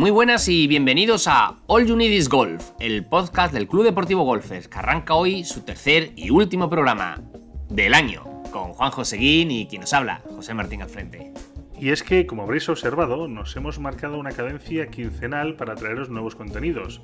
Muy buenas y bienvenidos a All You Need Is Golf, el podcast del Club Deportivo Golfers, que arranca hoy su tercer y último programa del año, con Juanjo Seguín y quien nos habla, José Martín al frente. Y es que, como habréis observado, nos hemos marcado una cadencia quincenal para traeros nuevos contenidos.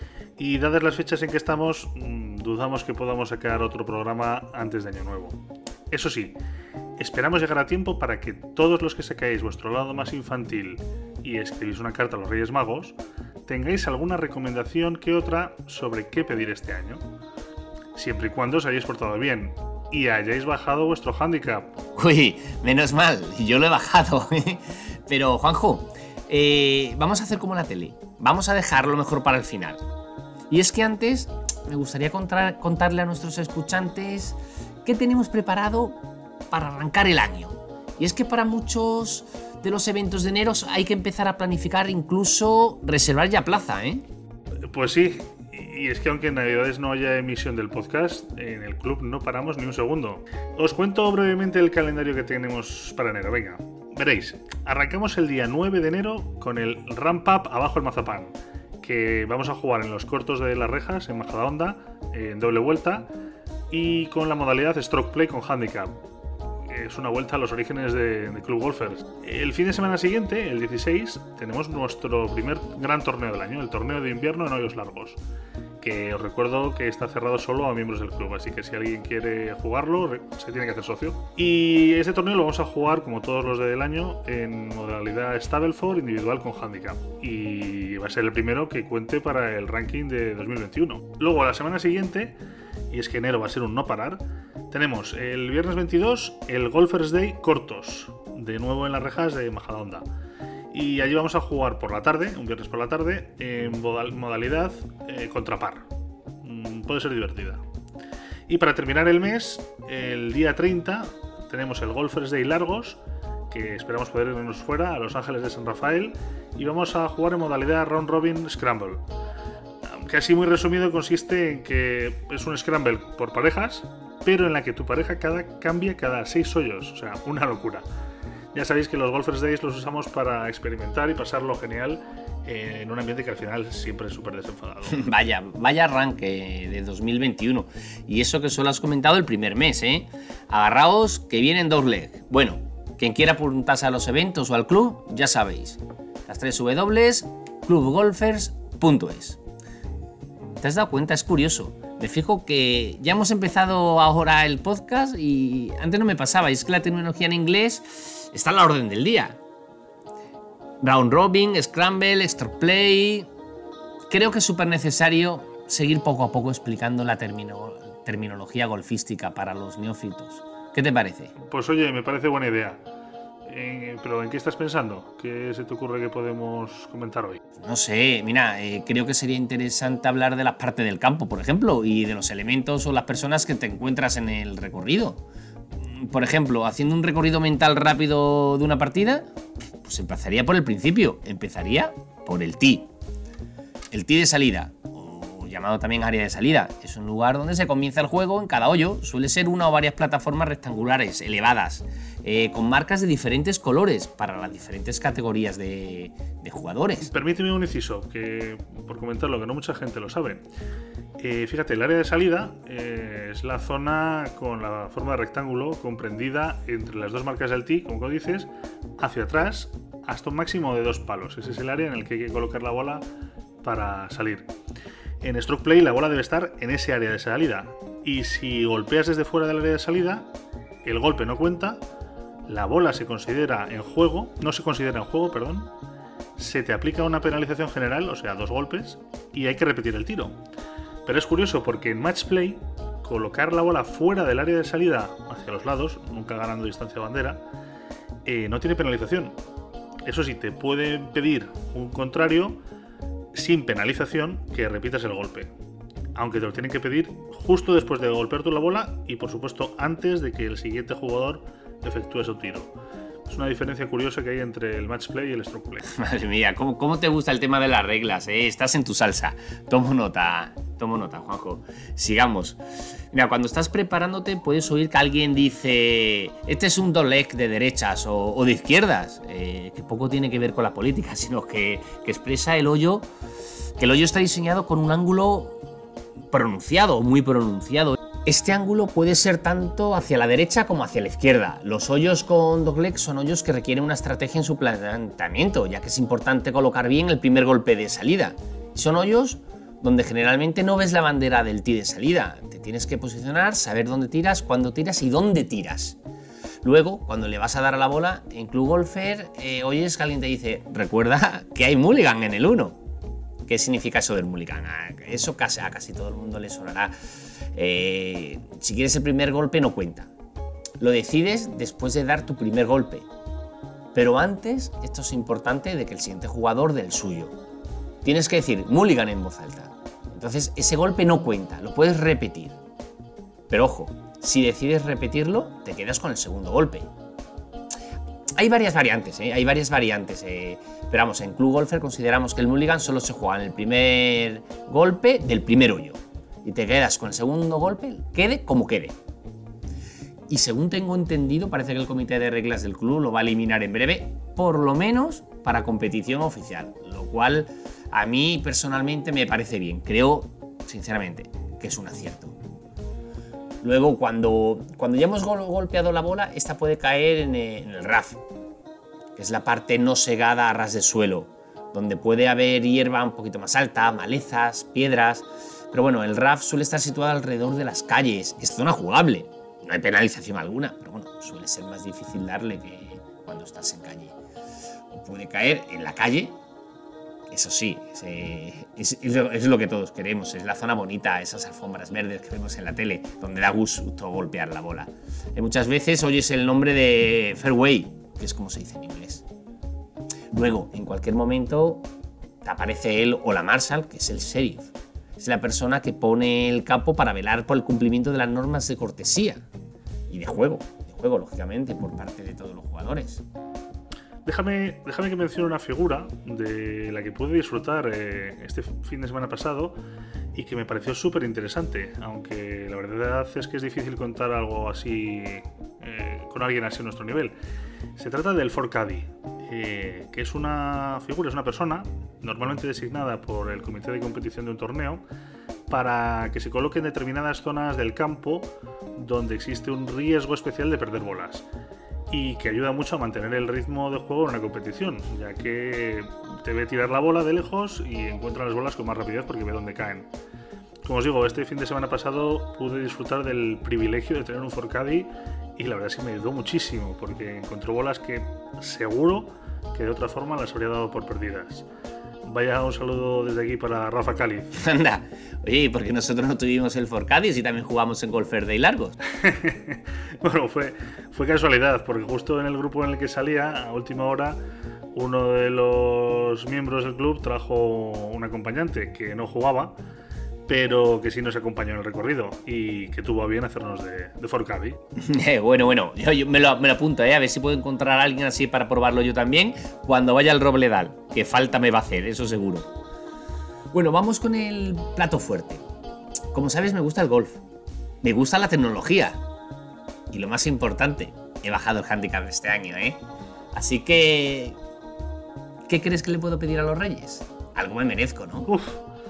Y dadas las fechas en que estamos, dudamos que podamos sacar otro programa antes de Año Nuevo. Eso sí, esperamos llegar a tiempo para que todos los que sacáis vuestro lado más infantil y escribís una carta a los Reyes Magos, tengáis alguna recomendación que otra sobre qué pedir este año. Siempre y cuando os hayáis portado bien y hayáis bajado vuestro handicap. Uy, menos mal, yo lo he bajado. Pero, Juanjo, vamos a hacer como la tele. Vamos a dejar lo mejor para el final. Y es que antes me gustaría contarle a nuestros escuchantes qué tenemos preparado para arrancar el año. Y es que para muchos de los eventos de enero hay que empezar a planificar, incluso reservar ya plaza, ¿eh? Pues sí, y es que aunque en Navidades no haya emisión del podcast, en el club no paramos ni un segundo. Os cuento brevemente el calendario que tenemos para enero, venga. Veréis, arrancamos el día 9 de enero con el Ramp Up abajo el mazapán, que vamos a jugar en los cortos de Las Rejas, en Majadahonda, en doble vuelta, y con la modalidad Stroke Play con Handicap. Es una vuelta a los orígenes de Club Golfers. El fin de semana siguiente, el 16, tenemos nuestro primer gran torneo del año, el torneo de invierno en hoyos largos, que os recuerdo que está cerrado solo a miembros del club, así que si alguien quiere jugarlo, se tiene que hacer socio. Y este torneo lo vamos a jugar, como todos los del año, en modalidad Stableford individual con handicap, y va a ser el primero que cuente para el ranking de 2021. Luego, la semana siguiente, y es que enero va a ser un no parar, tenemos el viernes 22 el Golfers Day cortos, de nuevo en Las Rejas de Majadahonda. Y allí vamos a jugar por la tarde, un viernes por la tarde, en modalidad contrapar. Puede ser divertida. Y para terminar el mes, el día 30, tenemos el Golfers Day largos, que esperamos poder irnos fuera a Los Ángeles de San Rafael, y vamos a jugar en modalidad Round Robin Scramble. Que así muy resumido consiste en que es un Scramble por parejas, pero en la que tu pareja cambia cada 6 hoyos, o sea, una locura. Ya sabéis que los Golfers Days los usamos para experimentar y pasarlo genial en un ambiente que al final siempre es súper desenfadado. Vaya arranque de 2021. Y eso que solo has comentado el primer mes, ¿eh? Agarraos que vienen dos legs. Bueno, quien quiera apuntarse a los eventos o al club, ya sabéis. Las 3 W, clubgolfers.es. ¿Te has dado cuenta? Es curioso. Me fijo que ya hemos empezado ahora el podcast y antes no me pasaba. Y es que la tecnología en inglés está a la orden del día. Round Robin, Scramble, Stroke Play. Creo que es súper necesario seguir poco a poco explicando la terminología golfística para los neófitos. ¿Qué te parece? Pues oye, me parece buena idea. ¿Pero en qué estás pensando? ¿Qué se te ocurre que podemos comentar hoy? No sé, mira, creo que sería interesante hablar de las partes del campo, por ejemplo, y de los elementos o las personas que te encuentras en el recorrido. Por ejemplo, haciendo un recorrido mental rápido de una partida, pues empezaría por el principio, empezaría por el tee. El tee de salida, o llamado también área de salida, es un lugar donde se comienza el juego en cada hoyo. Suele ser una o varias plataformas rectangulares, elevadas, con marcas de diferentes colores para las diferentes categorías de jugadores. Permíteme un inciso, que por comentarlo, que no mucha gente lo sabe. Fíjate, el área de salida es la zona con la forma de rectángulo comprendida entre las dos marcas del tee, como dices, hacia atrás hasta un máximo de 2 palos. Ese es el área en el que hay que colocar la bola para salir. En Stroke Play la bola debe estar en ese área de salida, y si golpeas desde fuera del área de salida, el golpe no cuenta, la bola no se considera en juego, se te aplica una penalización general, o sea, 2 golpes, y hay que repetir el tiro. Pero es curioso porque en Match Play, colocar la bola fuera del área de salida hacia los lados, nunca ganando distancia bandera, no tiene penalización. Eso sí, te pueden pedir un contrario sin penalización que repitas el golpe, aunque te lo tienen que pedir justo después de golpear tú la bola y por supuesto antes de que el siguiente jugador efectúe su tiro. Es una diferencia curiosa que hay entre el match play y el stroke play. Madre mía, ¿cómo te gusta el tema de las reglas? Estás en tu salsa. Tomo nota, Juanjo. Sigamos. Mira, cuando estás preparándote puedes oír que alguien dice este es un doleg de derechas o de izquierdas, que poco tiene que ver con la política, sino que expresa el hoyo, que el hoyo está diseñado con un ángulo pronunciado, muy pronunciado. Este ángulo puede ser tanto hacia la derecha como hacia la izquierda. Los hoyos con dogleg son hoyos que requieren una estrategia en su planteamiento, ya que es importante colocar bien el primer golpe de salida. Son hoyos donde generalmente no ves la bandera del tee de salida. Te tienes que posicionar, saber dónde tiras, cuándo tiras y dónde tiras. Luego, cuando le vas a dar a la bola, en Club Golfer, oyes que alguien te dice, recuerda que hay mulligan en el 1. ¿Qué significa eso del mulligan? Eso a casi todo el mundo le sonará. Si quieres el primer golpe no cuenta. Lo decides después de dar tu primer golpe. Pero antes, esto es importante, de que el siguiente jugador dé el suyo. Tienes que decir mulligan en voz alta. Entonces ese golpe no cuenta, lo puedes repetir. Pero ojo, si decides repetirlo, te quedas con el segundo golpe. Hay varias variantes, pero vamos, en Club Golfer consideramos que el mulligan solo se juega en el primer golpe del primer hoyo. Y te quedas con el segundo golpe, quede como quede. Y según tengo entendido, parece que el comité de reglas del club lo va a eliminar en breve, por lo menos para competición oficial, lo cual a mí personalmente me parece bien. Creo, sinceramente, que es un acierto. Luego, cuando ya hemos golpeado la bola, esta puede caer en el rough, que es la parte no segada a ras de suelo, donde puede haber hierba un poquito más alta, malezas, piedras. Pero bueno, el rough suele estar situado alrededor de las calles, es zona jugable, no hay penalización alguna, pero bueno, suele ser más difícil darle que cuando estás en calle. O puede caer en la calle, eso sí, es lo que todos queremos, es la zona bonita, esas alfombras verdes que vemos en la tele, donde da gusto golpear la bola. Y muchas veces oyes el nombre de fairway, que es como se dice en inglés. Luego, en cualquier momento, te aparece él o la marshal, que es el sheriff. Es la persona que pone el campo para velar por el cumplimiento de las normas de cortesía y de juego, lógicamente, por parte de todos los jugadores. Déjame que mencione una figura de la que pude disfrutar este fin de semana pasado y que me pareció súper interesante, aunque la verdad es que es difícil contar algo así con alguien así a nuestro nivel. Se trata del Fort Caddy, que es una figura, es una persona normalmente designada por el comité de competición de un torneo para que se coloque en determinadas zonas del campo donde existe un riesgo especial de perder bolas, y que ayuda mucho a mantener el ritmo de juego en una competición, ya que te ve tirar la bola de lejos y encuentra las bolas con más rapidez porque ve dónde caen. Como os digo, este fin de semana pasado pude disfrutar del privilegio de tener un Fort Caddy y la verdad es que me ayudó muchísimo porque encontró bolas que seguro que de otra forma las habría dado por perdidas. Vaya, un saludo desde aquí para Rafa Cáliz. Anda, oye, porque nosotros no tuvimos el Fort Caddy y también jugamos en Golfer Day largos. Bueno, fue casualidad, porque justo en el grupo en el que salía, a última hora, uno de los miembros del club trajo un acompañante que no jugaba, pero que sí nos acompañó en el recorrido y que tuvo a bien hacernos de Fort Caddy. Bueno, yo me lo apunto, a ver si puedo encontrar a alguien así para probarlo yo también cuando vaya al Robledal, que falta me va a hacer, eso seguro. Bueno, vamos con el plato fuerte. Como sabes, me gusta el golf, me gusta la tecnología y lo más importante, he bajado el handicap este año, Así que, ¿qué crees que le puedo pedir a los Reyes? Algo me merezco, ¿no? Uf.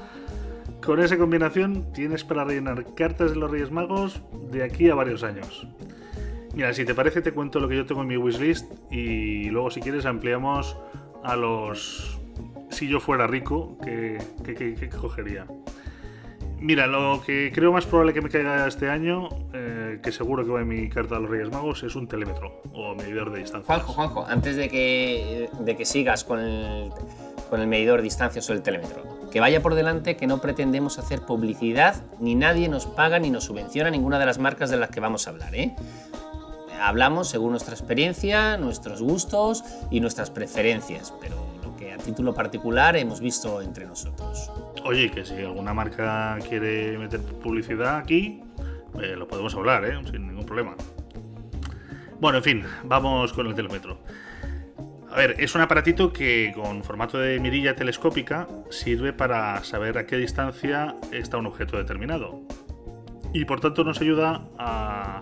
Con esa combinación tienes para rellenar cartas de los Reyes Magos de aquí a varios años. Mira, si te parece te cuento lo que yo tengo en mi wishlist y luego si quieres ampliamos a los... Si yo fuera rico, ¿qué cogería? Mira, lo que creo más probable que me caiga este año, que seguro que va en mi carta de los Reyes Magos, es un telémetro o medidor de distancia. Juanjo, antes de que sigas con el medidor de distancias o el telémetro, que vaya por delante que no pretendemos hacer publicidad, ni nadie nos paga ni nos subvenciona ninguna de las marcas de las que vamos a hablar, Hablamos según nuestra experiencia, nuestros gustos y nuestras preferencias, pero lo que a título particular hemos visto entre nosotros. Oye, que si alguna marca quiere meter publicidad aquí, lo podemos hablar, sin ningún problema. Bueno, en fin, vamos con el telómetro. A ver, es un aparatito que con formato de mirilla telescópica sirve para saber a qué distancia está un objeto determinado. Y por tanto nos ayuda a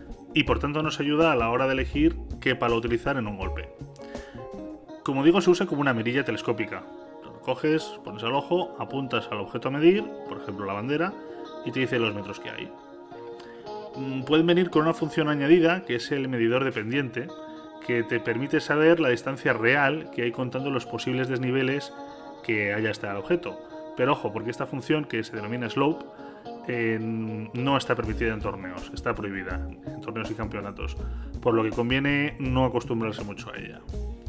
la hora de elegir qué palo utilizar en un golpe. Como digo, se usa como una mirilla telescópica. Lo coges, pones al ojo, apuntas al objeto a medir, por ejemplo la bandera, y te dice los metros que hay. Pueden venir con una función añadida, que es el medidor de pendiente, que te permite saber la distancia real que hay contando los posibles desniveles que haya hasta el objeto. Pero ojo, porque esta función, que se denomina slope, no está permitida en torneos, está prohibida en torneos y campeonatos, por lo que conviene no acostumbrarse mucho a ella.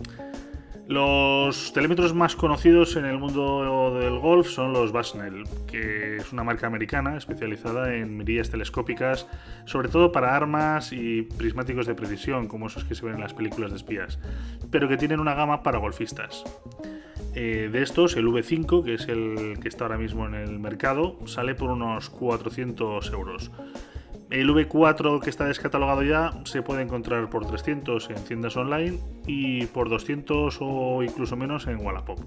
Los telómetros más conocidos en el mundo del golf son los Bushnell, que es una marca americana especializada en mirillas telescópicas, sobre todo para armas y prismáticos de precisión, como esos que se ven en las películas de espías, pero que tienen una gama para golfistas. De estos, el V5, que es el que está ahora mismo en el mercado, sale por unos 400 euros. El V4 que está descatalogado ya se puede encontrar por 300 en tiendas online y por 200 o incluso menos en Wallapop.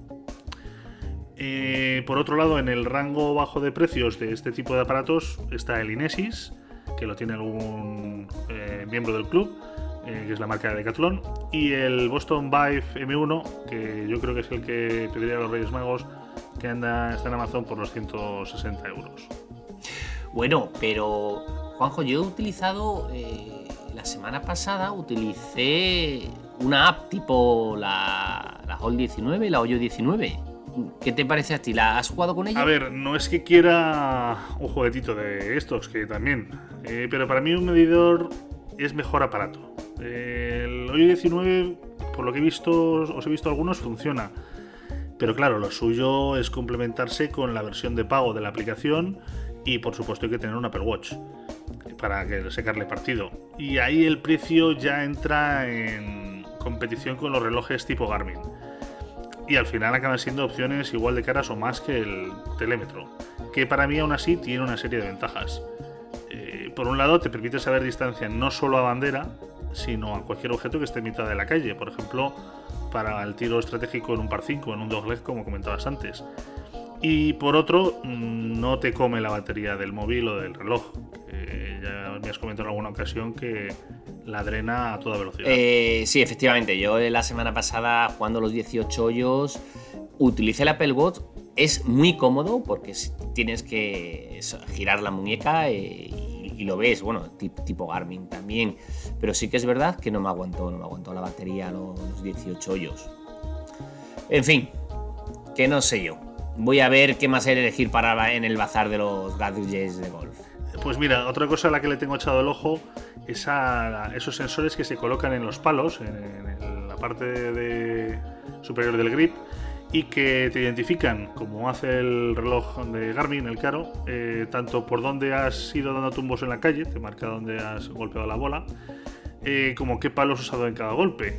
Por otro lado, en el rango bajo de precios de este tipo de aparatos está el Inesis, que lo tiene algún miembro del club, que es la marca de Decathlon, y el Boston Vive M1, que yo creo que es el que pediría a los Reyes Magos, que está en Amazon por los 160 euros. Bueno, pero Juanjo, yo he utilizado, la semana pasada utilicé una app tipo la Hole 19 y la Hoyo 19. ¿Qué te parece a ti? ¿La has jugado con ella? A ver, no es que quiera un juguetito de estos, que también, pero para mí un medidor es mejor aparato. El Hoyo 19, por lo que os he visto algunos, funciona. Pero claro, lo suyo es complementarse con la versión de pago de la aplicación y por supuesto hay que tener un Apple Watch para sacarle partido. Y ahí el precio ya entra en competición con los relojes tipo Garmin. Y al final acaban siendo opciones igual de caras o más que el telómetro, que para mí aún así tiene una serie de ventajas. Por un lado te permite saber distancia no solo a bandera, sino a cualquier objeto que esté en mitad de la calle, por ejemplo para el tiro estratégico en un par 5, en un dogleg, como comentabas antes. Y por otro, no te come la batería del móvil o del reloj. Ya me has comentado en alguna ocasión que la drena a toda velocidad. Sí, efectivamente. Yo la semana pasada, jugando los 18 hoyos, utilicé el Apple Watch. Es muy cómodo porque tienes que girar la muñeca y lo ves, bueno, tipo Garmin también. Pero sí que es verdad que no me aguantó la batería los 18 hoyos. En fin, que no sé yo. Voy a ver qué más hay que elegir en el bazar de los gadgets de golf. Pues mira, otra cosa a la que le tengo echado el ojo es a esos sensores que se colocan en los palos, en la parte superior del grip, y que te identifican, como hace el reloj de Garmin, el Caro, tanto por dónde has ido dando tumbos en la calle, te marca dónde has golpeado la bola, como qué palos has usado en cada golpe.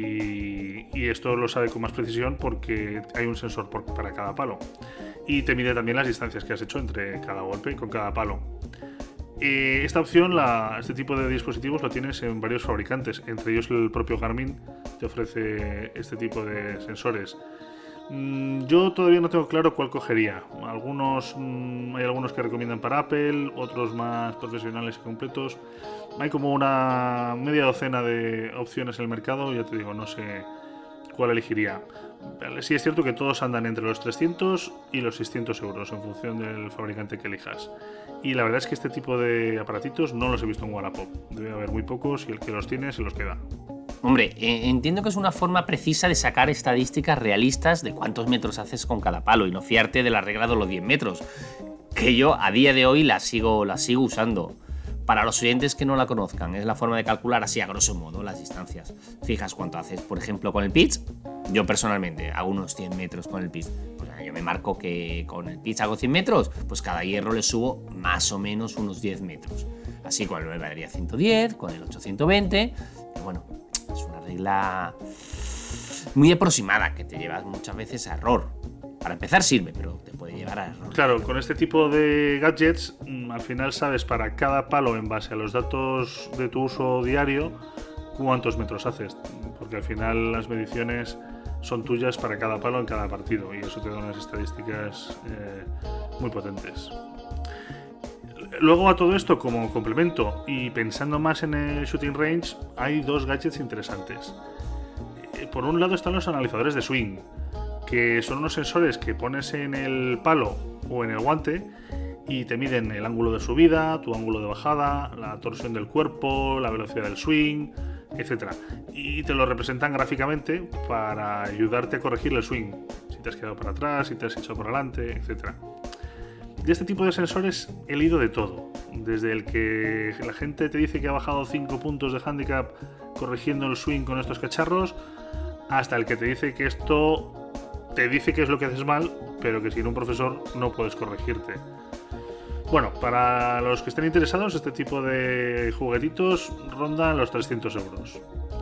Y esto lo sabe con más precisión porque hay un sensor para cada palo. Y te mide también las distancias que has hecho entre cada golpe y con cada palo. Esta opción, este tipo de dispositivos lo tienes en varios fabricantes, entre ellos el propio Garmin te ofrece este tipo de sensores. Yo todavía no tengo claro cuál cogería. Hay algunos que recomiendan para Apple, otros más profesionales y completos. Hay como una media docena de opciones en el mercado, ya te digo, no sé cuál elegiría. Sí es cierto que todos andan entre los 300 y los 600 euros en función del fabricante que elijas. Y la verdad es que este tipo de aparatitos no los he visto en Wallapop. Debe haber muy pocos y el que los tiene se los queda. Hombre, entiendo que es una forma precisa de sacar estadísticas realistas de cuántos metros haces con cada palo y no fiarte de la regla de los 10 metros, que yo a día de hoy la sigo usando. Para los oyentes que no la conozcan, es la forma de calcular así a grosso modo las distancias. Fijas cuánto haces, por ejemplo, con el pitch. Yo personalmente hago unos 100 metros con el pitch. Pues yo me marco que con el pitch hago 100 metros, pues cada hierro le subo más o menos unos 10 metros. Así con el 9 daría 110, con el 8 120. Pero bueno, es una regla muy aproximada que te lleva muchas veces a error. Para empezar sirve, pero te puede llevar a error. Claro, con este tipo de gadgets, al final sabes para cada palo, en base a los datos de tu uso diario, cuántos metros haces, porque al final las mediciones son tuyas para cada palo en cada partido y eso te da unas estadísticas muy potentes. Luego a todo esto, como complemento y pensando más en el shooting range, hay dos gadgets interesantes. Por un lado están los analizadores de swing, que son unos sensores que pones en el palo o en el guante y te miden el ángulo de subida, tu ángulo de bajada, la torsión del cuerpo, la velocidad del swing, etc. Y te lo representan gráficamente para ayudarte a corregir el swing, si te has quedado para atrás, si te has echado por adelante, etc. De este tipo de sensores he leído de todo, desde el que la gente te dice que ha bajado 5 puntos de handicap corrigiendo el swing con estos cacharros, hasta el que te dice que esto te dice que es lo que haces mal, pero que sin un profesor no puedes corregirte. Bueno, para los que estén interesados, este tipo de juguetitos rondan los 300 euros.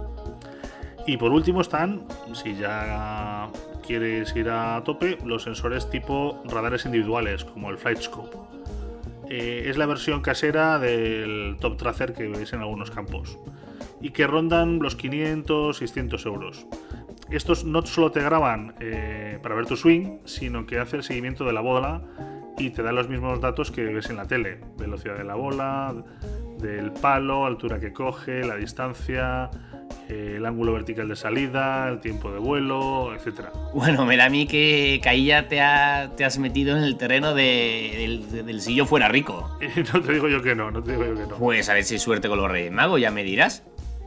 Y por último están, si ya quieres ir a tope, los sensores tipo radares individuales, como el FlightScope. Es la versión casera del Top Tracer que veis en algunos campos y que rondan los 500, 600 euros. Estos no solo te graban para ver tu swing, sino que hace el seguimiento de la bola y te da los mismos datos que ves en la tele: velocidad de la bola, del palo, altura que coge, la distancia, el ángulo vertical de salida, el tiempo de vuelo, etc. Bueno, me da a mí que ahí ya te has metido en el terreno del si yo fuera rico. No te digo yo que no, Pues a ver si hay suerte con los Reyes Magos, ya me dirás.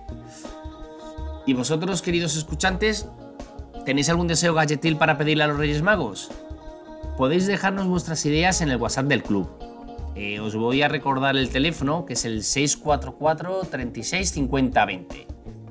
¿Y vosotros, queridos escuchantes, tenéis algún deseo gadgetil para pedirle a los Reyes Magos? Podéis dejarnos vuestras ideas en el WhatsApp del club. Os voy a recordar el teléfono, que es el 644 36 50 20.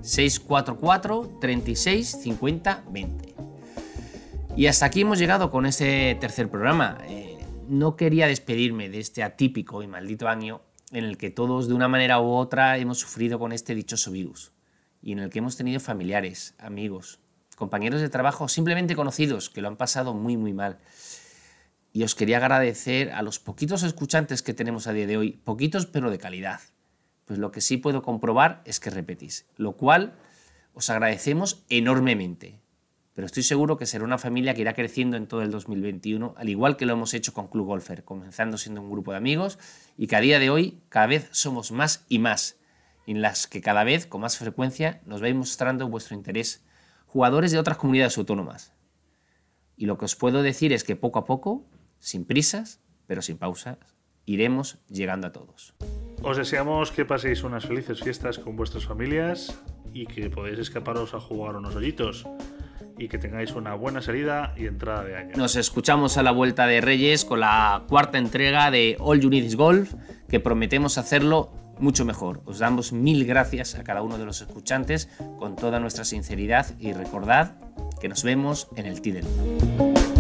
644 36 50 20. Y hasta aquí hemos llegado con este tercer programa. No quería despedirme de este atípico y maldito año en el que todos de una manera u otra hemos sufrido con este dichoso virus y en el que hemos tenido familiares, amigos, compañeros de trabajo, simplemente conocidos que lo han pasado muy muy mal. Y os quería agradecer a los poquitos escuchantes que tenemos a día de hoy, poquitos pero de calidad. Pues lo que sí puedo comprobar es que repetís, lo cual os agradecemos enormemente. Pero estoy seguro que será una familia que irá creciendo en todo el 2021, al igual que lo hemos hecho con Club Golfer, comenzando siendo un grupo de amigos y que a día de hoy cada vez somos más y más, en las que cada vez con más frecuencia nos vais mostrando vuestro interés, jugadores de otras comunidades autónomas. Y lo que os puedo decir es que poco a poco, sin prisas, pero sin pausas, iremos llegando a todos. Os deseamos que paséis unas felices fiestas con vuestras familias y que podáis escaparos a jugar unos hoyitos y que tengáis una buena salida y entrada de año. Nos escuchamos a la vuelta de Reyes con la cuarta entrega de All You Need Is Golf, que prometemos hacerlo mucho mejor. Os damos 1000 gracias a cada uno de los escuchantes con toda nuestra sinceridad y recordad que nos vemos en el Tee del Uno.